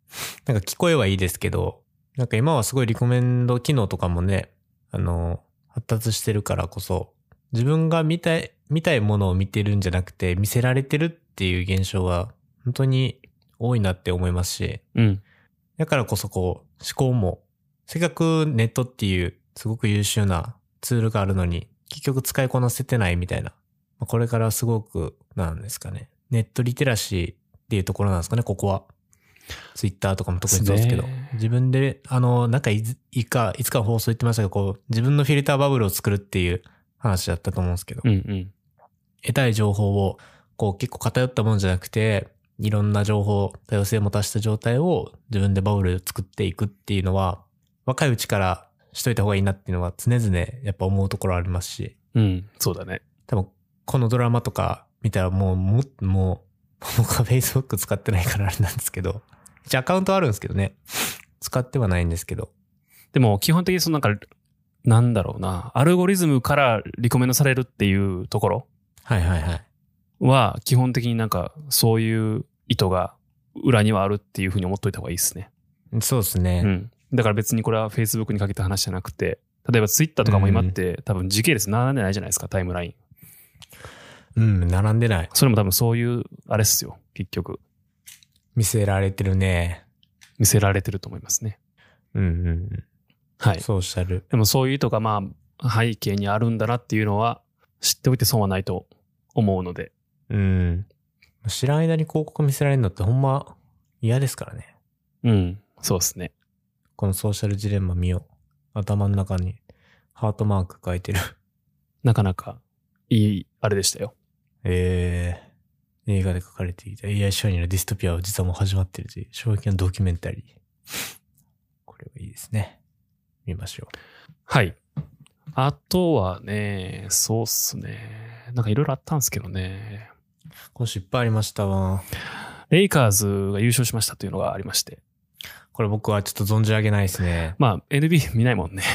なんか聞こえはいいですけど、なんか今はすごいリコメンド機能とかもね、発達してるからこそ、自分が見たいものを見てるんじゃなくて、見せられてるっていう現象は、本当に多いなって思いますし、 うん。 だからこそこう、思考も、せっかくネットっていうすごく優秀なツールがあるのに、結局使いこなせてないみたいな。これからすごく、なんですかね。ネットリテラシーっていうところなんですかね、ここは。ツイッターとかも特にそうですけど。自分で、なんかいつか放送言ってましたけど、こう、自分のフィルターバブルを作るっていう話だったと思うんですけど。 うんうん。 得たい情報を、こう結構偏ったものじゃなくて、いろんな情報、多様性を持たせた状態を自分でバブルを作っていくっていうのは、若いうちからしといた方がいいなっていうのは常々やっぱ思うところありますし。 うん、そうだね。 多分、このドラマとか見たらもう僕は Facebook 使ってないからあれなんですけど、一応アカウントあるんですけどね。使ってはないんですけど。 でも基本的にそのなんだろうな、アルゴリズムからリコメンドされるっていうところ。 はいはいはい。 は基本的になんかそういう意図が裏にはあるっていうふうに思っといた方がいいですね。 そうですね。 うん。だから別にこれは Facebook にかけた話じゃなくて、例えば Twitter とかも今って多分時系列並んでないじゃないですか、タイムライン。 うん、並んでない。 それも多分そういう、あれっすよ、結局。 見せられてるね。 見せられてると思いますね。 うんうんうん。 はい。 そうおっしゃる。 でもそういう意図がまあ背景にあるんだなっていうのは知っておいて損はないと思うので。 うん。知らん間に広告見せられるのってほんま嫌ですからね。 うん、そうですね。 このソーシャルジレンマ見よう。頭の中にハートマーク書いてる。 なかなかいいあれでしたよ。 映画で書かれていた AI 支配によるディストピアは実はもう始まっているという衝撃のドキュメンタリー。これはいいですね。見ましょう。 はい。あとはね、そうっすね。なんかいろいろあったんですけどね。 今週いっぱいありましたわ。 レイカーズが優勝しましたというのがありまして。 これ僕はちょっと存じ上げないですね。 まあ NBA 見ないもんね。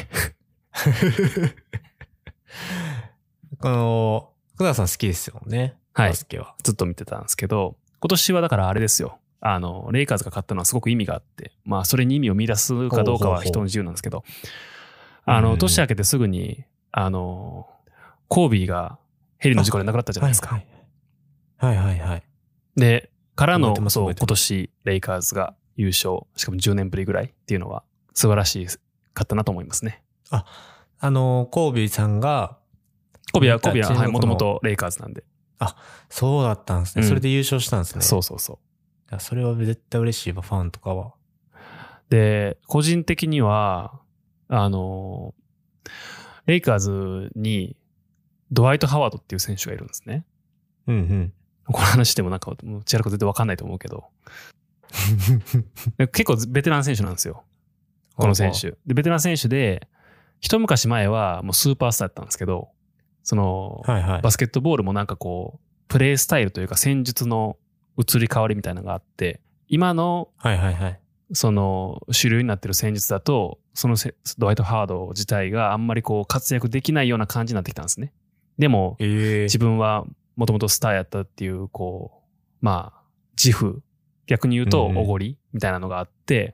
福田さん好きですよね。 はい。 バスケは。 ずっと見てたんですけど、今年はだからあれですよ。レイカーズが勝ったのはすごく意味があって、まあそれに意味を見出すかどうかは人の自由なんですけど、年明けてすぐに、コービーがヘリの事故で亡くなったじゃないですか。 はいはいはい。 で、からの、そう、今年レイカーズが優勝、しかも10年ぶりぐらいっていうのは素晴らしかったなと思いますね。 あ、コービーさんが、 コビは、はい、もともとレイカーズなんで。 あ、そうだったんですね。それで優勝したんですね。 そうそうそう。 それは絶対嬉しいわ、ファンとかは。 で、個人的には、レイカーズに、ドワイト・ハワードっていう選手がいるんですね。 うんうん。 この話してもなんか、ちやらく全然わかんないと思うけど。結構ベテラン選手なんですよ。この選手。で、ベテラン選手で、一昔前はもうスーパースターだったんですけど、 はいはい、 バスケットボールもなんかこう、プレースタイルというか戦術の移り変わりみたいなのがあって、今の、 はいはいはい。 主流になってる戦術だと、ドワイト・ハワード自体があんまりこう活躍できないような感じになってきたんですね。でも、自分はもともとスターやったっていう、こう、まあ、自負、逆に言うとおごりみたいなのがあって、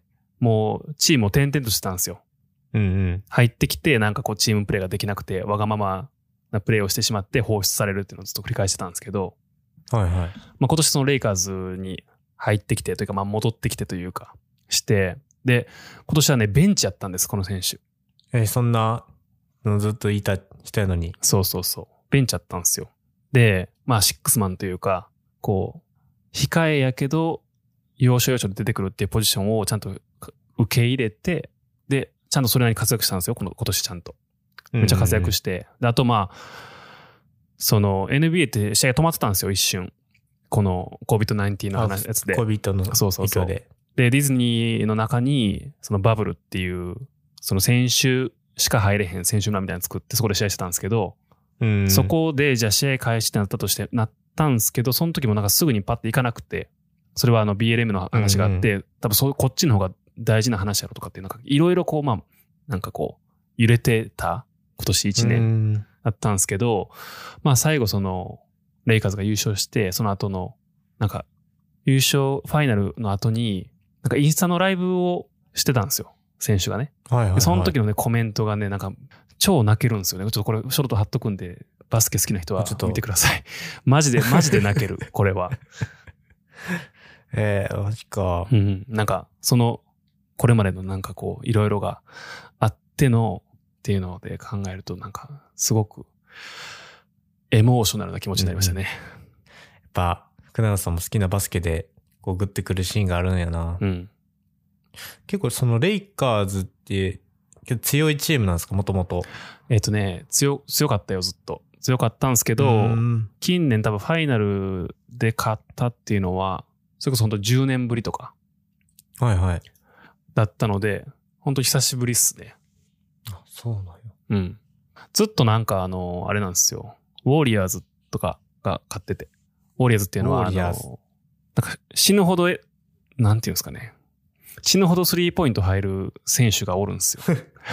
もうチームを転々としてたんですよ。 うんうん。 入ってきて、なんかこうチームプレーができなくて、わがままなプレーをしてしまって放出されるっていうのをずっと繰り返してたんですけど、 はいはい。 まあ今年そのレイカーズに入ってきてというか、まあ戻ってきてというか、して、で、今年はね、ベンチやったんです、この選手。 そんなのずっといた人やのに。 そうそうそう。ベンチやったんですよ。で、まあシックスマンというか、こう、控えやけど、要所要所で出てくるっていうポジションをちゃんと受け入れて、で、ちゃんとそれなりに活躍したんですよ、今年ちゃんと。めっちゃ活躍して。で、あとまあ、NBA って試合が止まってたんですよ、一瞬。この COVID-19 のやつで。 COVID の影響で。 そうそうそう。で、ディズニーの中に、そのバブルっていう、その選手しか入れへん選手村みたいなの作って、そこで試合してたんですけど、そこで、じゃあ試合開始ってなったんですけど、その時もなんかすぐにパッていかなくて、それはBLM の話があって、多分こっちの方が大事な話やろとかっていう、なんかいろいろこう、まあ、なんかこう、揺れてた今年1年だったんですけど、まあ最後レイカーズが優勝して、その後の、なんか、優勝ファイナルの後に、 なんかインスタのライブをしてたんですよ。選手がね。 はいはいはい、 でその時のね、コメントがね、なんか、超泣けるんですよね。ちょっとこれ、ショルト貼っとくんで、バスケ好きな人は見てください。マジで泣ける、これは。 マジか。 うん。なんか、これまでのなんかこう、いろいろがあっての、っていうので考えると、なんか、すごく、エモーショナルな気持ちになりましたね。 やっぱ、福永さんも好きなバスケで、こう、グッてくるシーンがあるんやな。 うん。 結構そのレイカーズって強いチームなんですか、もともと。 強かったよ、ずっと。強かったんですけど、近年多分ファイナルで勝ったっていうのは、それこそ本当10年ぶりとか。 はいはい。 だったので、本当久しぶりっすね。 あ、そうなんよ。 うん。ずっとなんかあれなんですよ。ウォーリアーズとかが勝ってて。ウォーリアーズっていうのは、なんか死ぬほど、なんていうんですかね。死ぬほどスリーポイント入る選手がおるんですよ。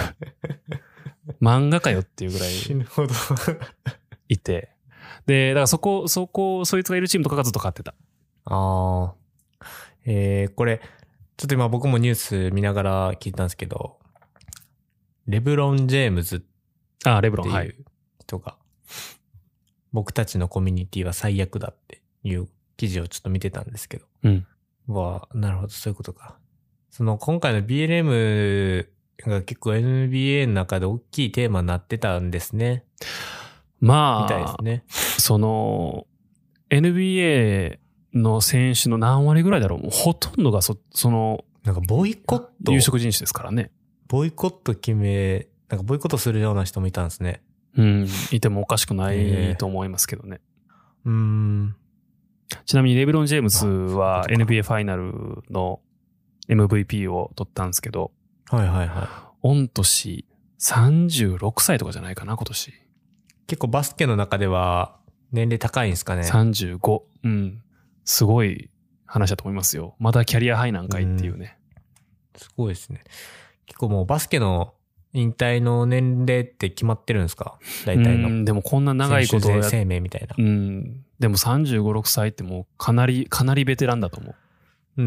漫画かよっていうぐらい死ぬほどいて。で、だからそいつがいるチームとかがずっと勝ってた。 ああ。これ、ちょっと今僕もニュース見ながら聞いたんですけど、レブロン・ジェームズっていう人が、僕たちのコミュニティは最悪だっていう記事をちょっと見てたんですけど。 うん。 なるほど、そういうことか。今回の BLM が結構 NBA の中で大きいテーマになってたんですね。 まあ、 みたいですね。 NBA の選手の何割ぐらいだろう。もうほとんどがなんかボイコット。 有色人種ですからね。 ボイコットなんかボイコットするような人もいたんですね。 うん。いてもおかしくないと思いますけどね。ちなみにレブロン・ジェームズは NBA ファイナルのMVP を取ったんですけど、 はいはいはい。 御年36歳とかじゃないかな、今年。 結構バスケの中では年齢高いんですかね。 35。うん。すごい話だと思いますよ。まだキャリアハイなんかいっていうね。 すごいですね。結構もうバスケの引退の年齢って決まってるんですか、大体の。 でもこんな長いこと生命みたいな。 でも35、6歳ってもうかなりベテランだと思う。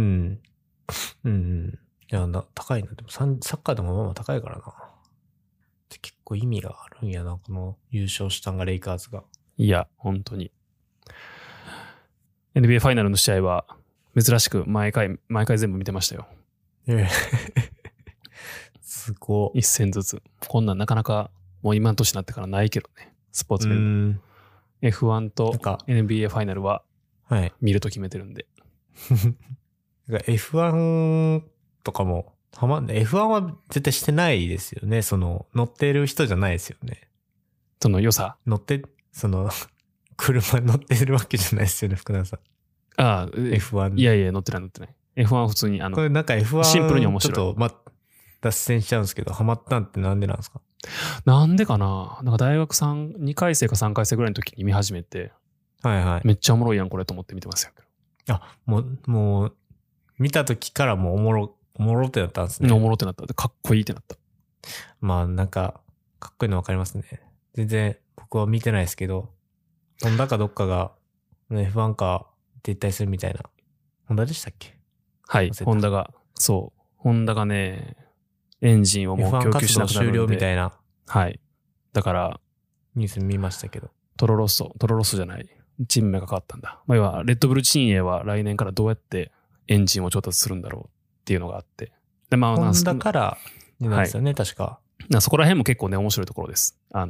いや、高いな。でもサッカーでもまあまあ高いからな。結構意味があるんやな、この優勝したんがレイカーズが。 いや、本当に。NBA ファイナルの試合は珍しく毎回全部見てましたよ。 すごい。 一戦ずつ。こんなんなかなかもう今の年になってからないけどね。スポーツ面で。F1 と NBA ファイナルは見ると決めてるんで。 F1 とかもF1 は絶対してないですよね。乗ってる人じゃないですよね。 良さ車乗ってるわけじゃないですよね、福永さん。 ああ、 F1。 いや、乗ってない。F1 は普通にこれなんか F1 シンプルに面白い。 ちょっと、脱線しちゃうんですけど、ハマったんってなんでなんですか？ なんでかな？なんか大学2回生か3回生ぐらいの時に見始めて、 はいはい。 めっちゃおもろいやん、これと思って見てますよ。 もう、見た時からもうおもろってなったんですね。 おもろってなった。で、かっこいいってなった。 なんか、かっこいいのわかりますね。全然僕は見てないですけど、ホンダかどっかが F1 か撤退するみたいな。ホンダでしたっけ？ はい、ホンダがね、エンジンをもう供給しなくなるんで。 F1 活動終了みたいな。 はい。だから、 ニュース見ましたけど。 トロロッソじゃない。チーム名が変わったんだ。要は、レッドブル陣営は来年からどうやってエンジンを調達するんだろうっていうのがあって。で、 ホンダからになるんですよね、確か。 そこら辺も結構ね、面白いところです。パ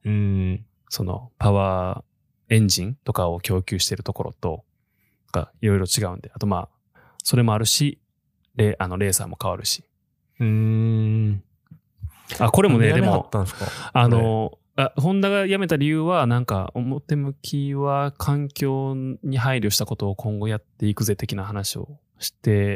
ワーエンジンとかを供給しているところと、がいろいろ違うんで。あとそれもあるし、レーサーも変わるし。これもね、でも、ホンダが辞めた理由は、なんか、表向きは環境に配慮したことを今後やっていくぜ的な話をして、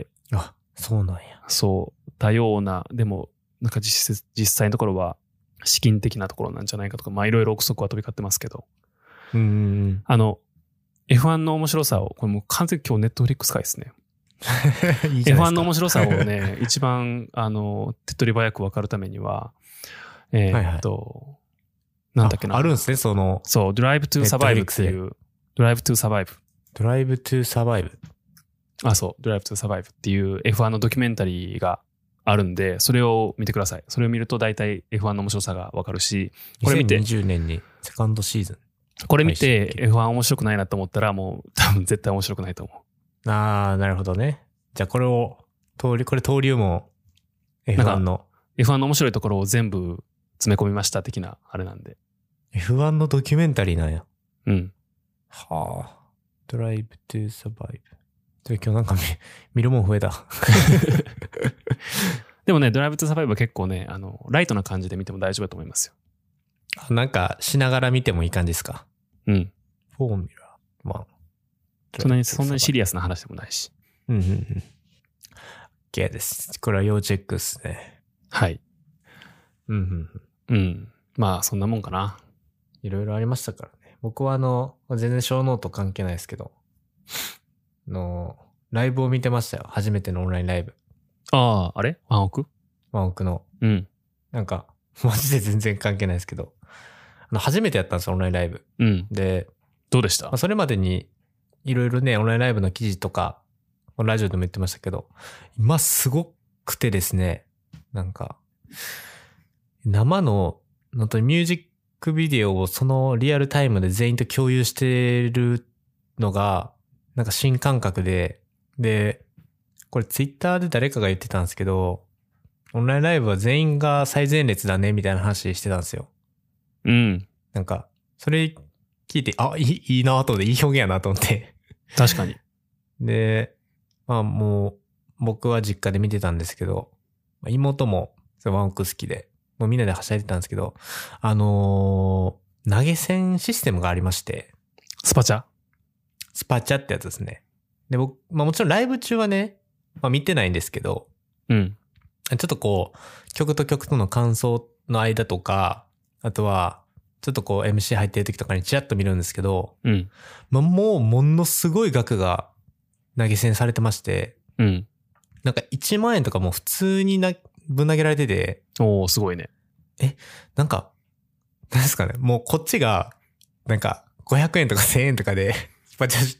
そうなんや。 多様な、でも、なんか実際のところは、資金的なところなんじゃないかとか、いろいろ憶測は飛び交ってますけど。F1 の面白さを、これもう完全に今日ネットフリックス回ですね。 いいじゃないですか。 F1 の面白さをね、一番、手っ取り早く分かるためには、なんだっけな。 あるんですね、 Drive to Survive っていう。Drive to Survive。 Drive to Survive。 そう、Drive to Survive っていう F1 のドキュメンタリーがあるんで、それを見てください。それを見ると大体 F1 の面白さがわかるし、これ見て。 2020年にセカンドシーズン。 これ見て F1 面白くないなと思ったら、もう多分絶対面白くないと思う。 ああ、なるほどね。じゃあこれ登竜門 F1 の。 F1 の面白いところを全部詰め込みました的なあれなんで。 F1 のドキュメンタリーなんや。 うん。 はあ。Drive to Survive。今日なんか見るもん増えた。 でもね、Drive to Survive は結構ね、ライトな感じで見ても大丈夫だと思いますよ。 なんかしながら見てもいい感じですか？ うん。 フォーミュラ1。 そんなにシリアスな話でもないし。 うんうんうん。OK です。これは要チェックですね。 はい。 うんうんうん。まあ、そんなもんかな。 いろいろありましたからね。僕は全然小ノート関係ないですけど、ライブを見てましたよ。初めてのオンラインライブ。 ああ、あれワンオクの。 うん。 なんか、マジで全然関係ないですけど、初めてやったんですよ、オンラインライブ。 うん。 で、 どうでした？ それまでに、いろいろね、オンラインライブの記事とか、ラジオでも言ってましたけど、今すごくてですね、なんか、生の、本当にミュージックビデオをそのリアルタイムで全員と共有してるのが、なんか新感覚で、これツイッターで誰かが言ってたんですけど、オンラインライブは全員が最前列だね、みたいな話してたんですよ。 うん。 なんか、それ聞いて、いいなと思って、いい表現やなと思って。 確かに。 で、まあもう、僕は実家で見てたんですけど、妹もワンオク好きで、もうみんなではしゃいでたんですけど、投げ銭システムがありまして。 スパチャってやつですね。で、僕、もちろんライブ中はね、見てないんですけど、 うん。 ちょっとこう、曲と曲との感想の間とか、あとは、ちょっとこう MC 入ってる時とかにチラッと見るんですけど、 うん。 もうものすごい額が投げ銭されてまして、 うん。 なんか1万円とかもう普通にぶん投げられてて、 おー、すごいね。 なんか、何ですかね、もうこっちが、なんか500円とか1000円とかでスパチャして、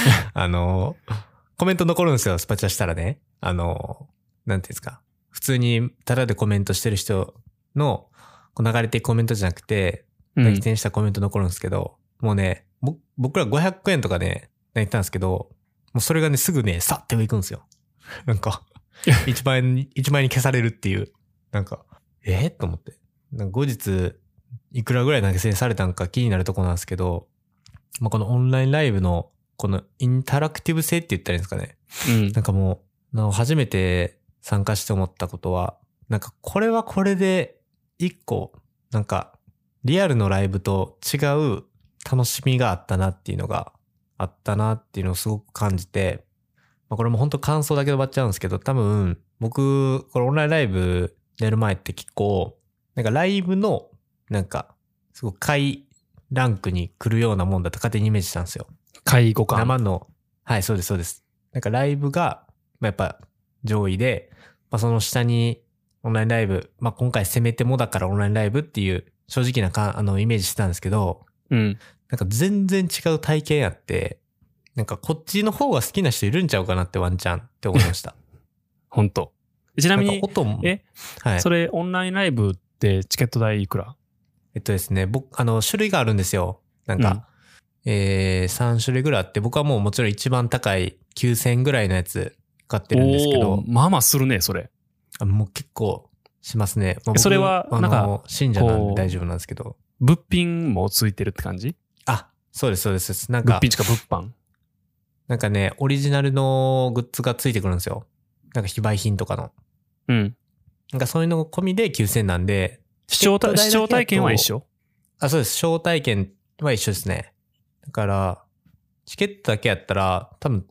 コメント残るんですよ、スパチャしたらね。なんていうんですか。普通にタダでコメントしてる人のこう流れていくコメントじゃなくて、投げ銭したコメント残るんですけど、もうね、僕ら500円とかね、投げたんですけど、もうそれがね、すぐね、さって上行くんですよ。なんか、1万円に消されるっていう。なんか、と思って。なんか後日、いくらぐらい投げ銭されたんか気になるとこなんですけど、このオンラインライブの、このインタラクティブ性って言ったらいいんですかね。 うん。 なんかもう、初めて参加して思ったことは、なんかこれはこれで、一個、なんか、リアルのライブと違う楽しみがあったなっていうのをすごく感じて、これも本当感想だけで終わっちゃうんですけど、多分、僕、これオンラインライブやる前って結構、なんかライブの、なんか、すごく下位ランクに来るようなもんだと勝手にイメージしたんですよ。 介護官。 生の、はい、そうです、そうです。なんかライブが、やっぱ上位で、その下にオンラインライブ、今回攻めてもだからオンラインライブっていう正直なイメージしてたんですけど、 うん。 なんか全然違う体験やって、なんかこっちの方が好きな人いるんちゃうかなってワンチャンって思いました。 本当。ちなみに、 音も、 はい。それオンラインライブってチケット代いくら？ ですね、僕、種類があるんですよ。なんか、3種類ぐらいあって、僕はもちろん一番高い9000円ぐらいのやつ買ってるんですけど。 まあまあするね、それ。 もう結構しますね。 それは、なんか、 信者なんで大丈夫なんですけど。 物品もついてるって感じ？ そうです、そうです。なんか、 物品か物販？ なんかね、オリジナルのグッズがついてくるんですよ。なんか非売品とかの。 うん。 なんかそういうの込みで9000円なんで。 視聴体験は一緒？ そうです。視聴体験は一緒ですね。だから、チケットだけやったら、多分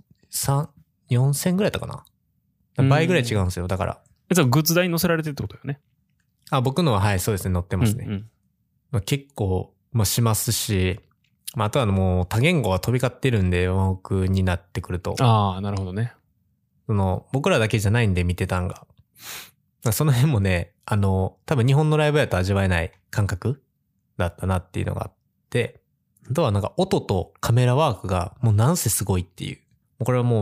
4000円ぐらいだったかな。倍ぐらい違うんですよ、だから。 グッズ代に載せられてるってことよね。 僕のは、はい、そうですね、載ってますね。結構、しますし、あとはもう多言語が飛び交ってるんで、ワンオクになってくると。 なるほどね。 僕らだけじゃないんで見てたんが。その辺もね、多分日本のライブやと味わえない感覚だったなっていうのがあって、あとはなんか音とカメラワークがもうなんせすごいっていう。これはもう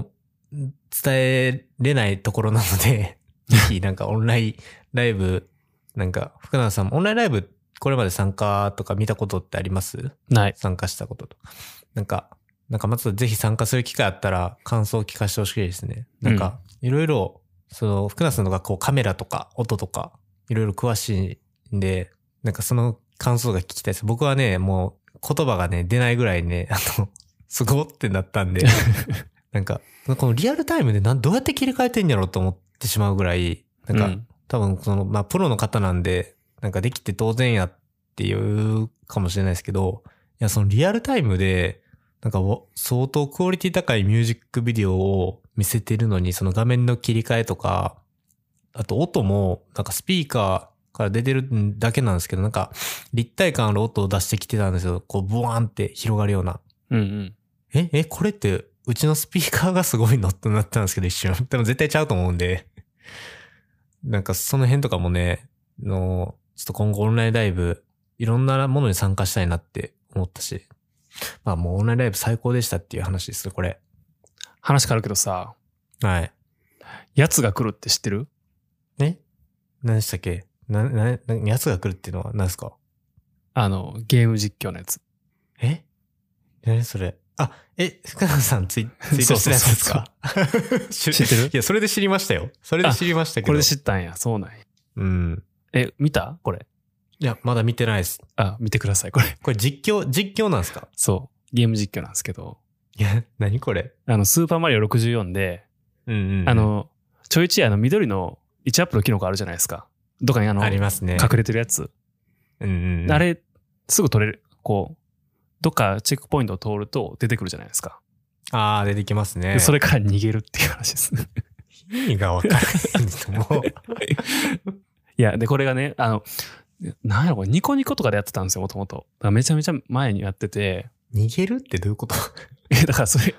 伝えれないところなので、ぜひなんかオンラインライブ、なんか福永さんもオンラインライブこれまで参加とか見たことってあります？ ない。 参加したこととか。なんかまずぜひ参加する機会あったら感想を聞かせてほしいですね。なんかいろいろ、その福永さんのがこうカメラとか音とかいろいろ詳しいんで、なんかその感想が聞きたいです。僕はね、もう言葉がね、出ないぐらいね、すごってなったんで、なんか、このリアルタイムでどうやって切り替えてんやろうと思ってしまうぐらい、なんか、多分その、まあ、プロの方なんで、なんかできて当然やっていうかもしれないですけど、いや、そのリアルタイムで、なんか相当クオリティ高いミュージックビデオを見せてるのに、その画面の切り替えとか、あと音も、なんかスピーカーから出てるだけなんですけど、なんか立体感ある音を出してきてたんですよ。こう、ブワーンって広がるような。これってうちのスピーカーがすごいのってなったんですけど、一瞬。でも絶対ちゃうと思うんで。なんかその辺とかもね、ちょっと今後オンラインライブ、いろんなものに参加したいなって思ったし。まあもうオンラインライブ最高でしたっていう話ですよ、これ。 話変わるけどさ。 はい。 やつが来るって知ってる？ 何でしたっけ？やつが来るっていうのは何ですか？ ゲーム実況のやつ。 何それ？福永さんツイートしてるやつですか？ 知ってる？ いや、それで知りましたよ。それで知りましたけど。 これで知ったんや。そうなんや。 うん。 見た？これ。 いや、まだ見てないです。 見てください、これ。 これ実況なんですか？ そう。ゲーム実況なんですけど。 いや、何これ？ スーパーマリオ64で、ちょいちい緑の1アップのキノコあるじゃないですか。どっかにありますね。 隠れてるやつ。あれ、すぐ取れる。こう、どっかチェックポイントを通ると出てくるじゃないですか。 ああ、出てきますね。 それから逃げるっていう話です。 意味がわからないんですけども。 いや、で、これがね、なんやろ、これニコニコとかでやってたんですよ、もともと。めちゃめちゃ前にやってて。 逃げるってどういうこと？ だからそれ、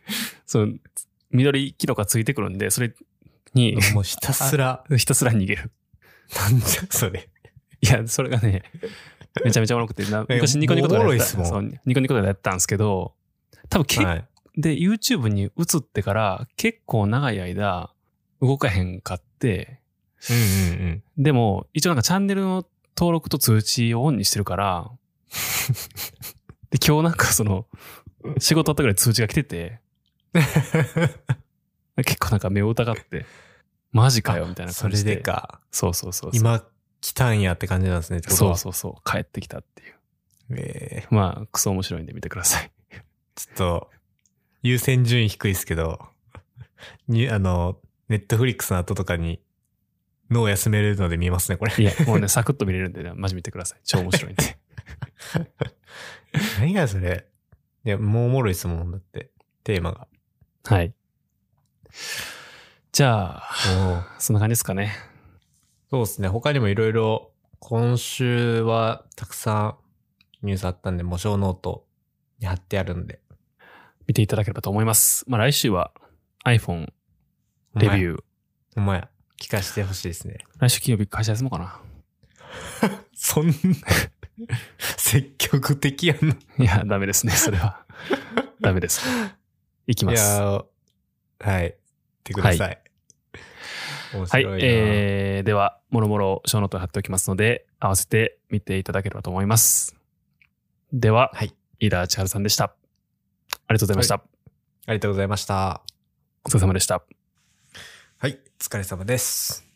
緑キノコがついてくるんで、それに。 もうひたすら逃げる。 なんじゃ、それ。 いや、それがね、めちゃめちゃおもろくて、昔ニコニコとかでやってた。ニコニコとかでやったんですけど、多分で、YouTube に移ってから結構長い間動かへんかって、でも、一応なんかチャンネルの登録と通知をオンにしてるから、で、今日なんか仕事あったぐらい通知が来てて、結構なんか目を疑って、マジかよみたいな感じで。 それでか。 そう。 今来たんやって感じなんですね。 そう。帰ってきたっていう。まあ、クソ面白いんで見てください。 ちょっと、優先順位低いですけど、ネットフリックスの後とかに脳を休めれるので見ますね、これ。 いや、もうね、サクッと見れるんで、マジ見てください。超面白いんで。 何がそれ？いや、もうおもろいですもん、だって、テーマが。 はい。じゃあ、そんな感じですかね。 そうですね。他にもいろいろ、今週はたくさんニュースあったんで、もう小ノートに貼ってあるんで。 見ていただければと思います。まあ来週は iPhone レビュー。 お前、聞かせてほしいですね。 来週金曜日会社休もうかな。 そんな、積極的やな。 いや、ダメですね、それは。ダメです。いきます。 いや、はい。行ってください。面白いな。 はい。では、もろもろショーノートに貼っておきますので、合わせて見ていただければと思います。では、飯田千春さんでした。ありがとうございました。 ありがとうございました。 お疲れ様でした。 はい、お疲れ様です。